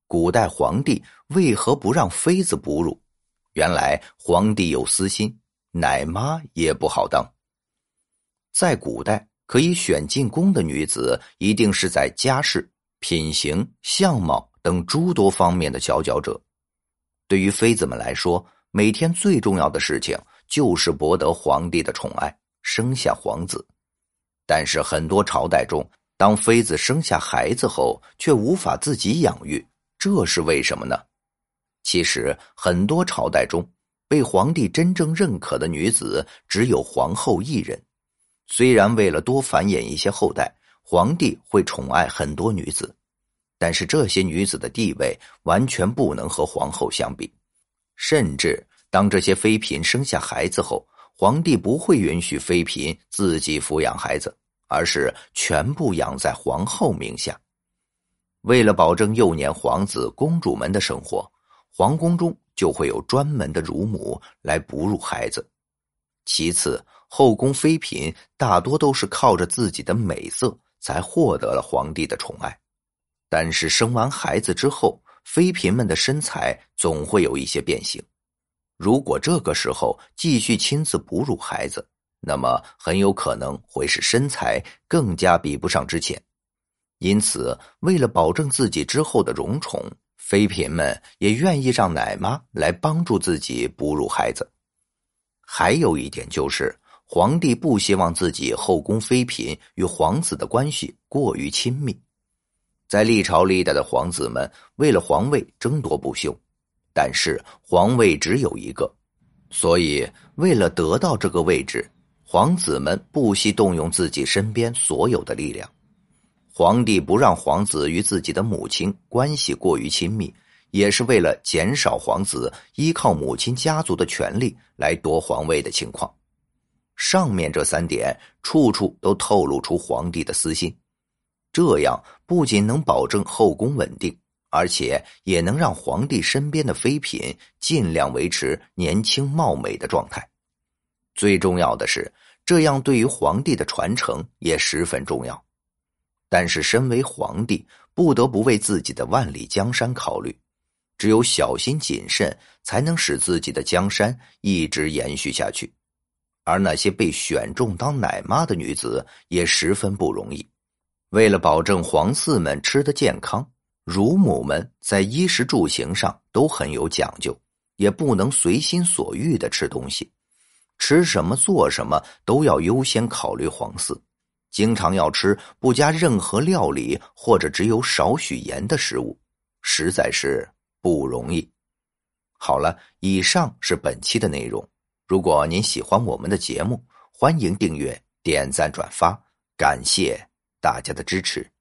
古代皇帝为何不让妃子哺乳？原来皇帝有私心，奶妈也不好当。在古代，可以选进宫的女子一定是在家世、品行、相貌等诸多方面的佼佼者。对于妃子们来说，每天最重要的事情就是博得皇帝的宠爱，生下皇子。但是很多朝代中，当妃子生下孩子后，却无法自己养育，这是为什么呢？其实很多朝代中，被皇帝真正认可的女子只有皇后一人。虽然为了多繁衍一些后代，皇帝会宠爱很多女子，但是这些女子的地位完全不能和皇后相比。甚至当这些妃嫔生下孩子后，皇帝不会允许妃嫔自己抚养孩子，而是全部养在皇后名下。为了保证幼年皇子公主们的生活，皇宫中就会有专门的乳母来哺乳孩子。其次，后宫妃嫔大多都是靠着自己的美色才获得了皇帝的宠爱。但是生完孩子之后，妃嫔们的身材总会有一些变形。如果这个时候继续亲自哺乳孩子，那么很有可能会使身材更加比不上之前。因此，为了保证自己之后的荣宠，妃嫔们也愿意让奶妈来帮助自己哺乳孩子。还有一点就是，皇帝不希望自己后宫妃嫔与皇子的关系过于亲密。在历朝历代的皇子们为了皇位争夺不休，但是皇位只有一个，所以为了得到这个位置，皇子们不惜动用自己身边所有的力量。皇帝不让皇子与自己的母亲关系过于亲密，也是为了减少皇子依靠母亲家族的权力来夺皇位的情况。上面这3点处处都透露出皇帝的私心，这样不仅能保证后宫稳定，而且也能让皇帝身边的妃嫔尽量维持年轻貌美的状态。最重要的是，这样对于皇帝的传承也十分重要。但是身为皇帝，不得不为自己的万里江山考虑，只有小心谨慎，才能使自己的江山一直延续下去。而那些被选中当奶妈的女子也十分不容易。为了保证皇嗣们吃得健康，乳母们在衣食住行上都很有讲究，也不能随心所欲地吃东西，吃什么做什么都要优先考虑皇嗣，经常要吃不加任何料理或者只有少许盐的食物，实在是不容易。好了，以上是本期的内容。如果您喜欢我们的节目，欢迎订阅、点赞、转发，感谢大家的支持。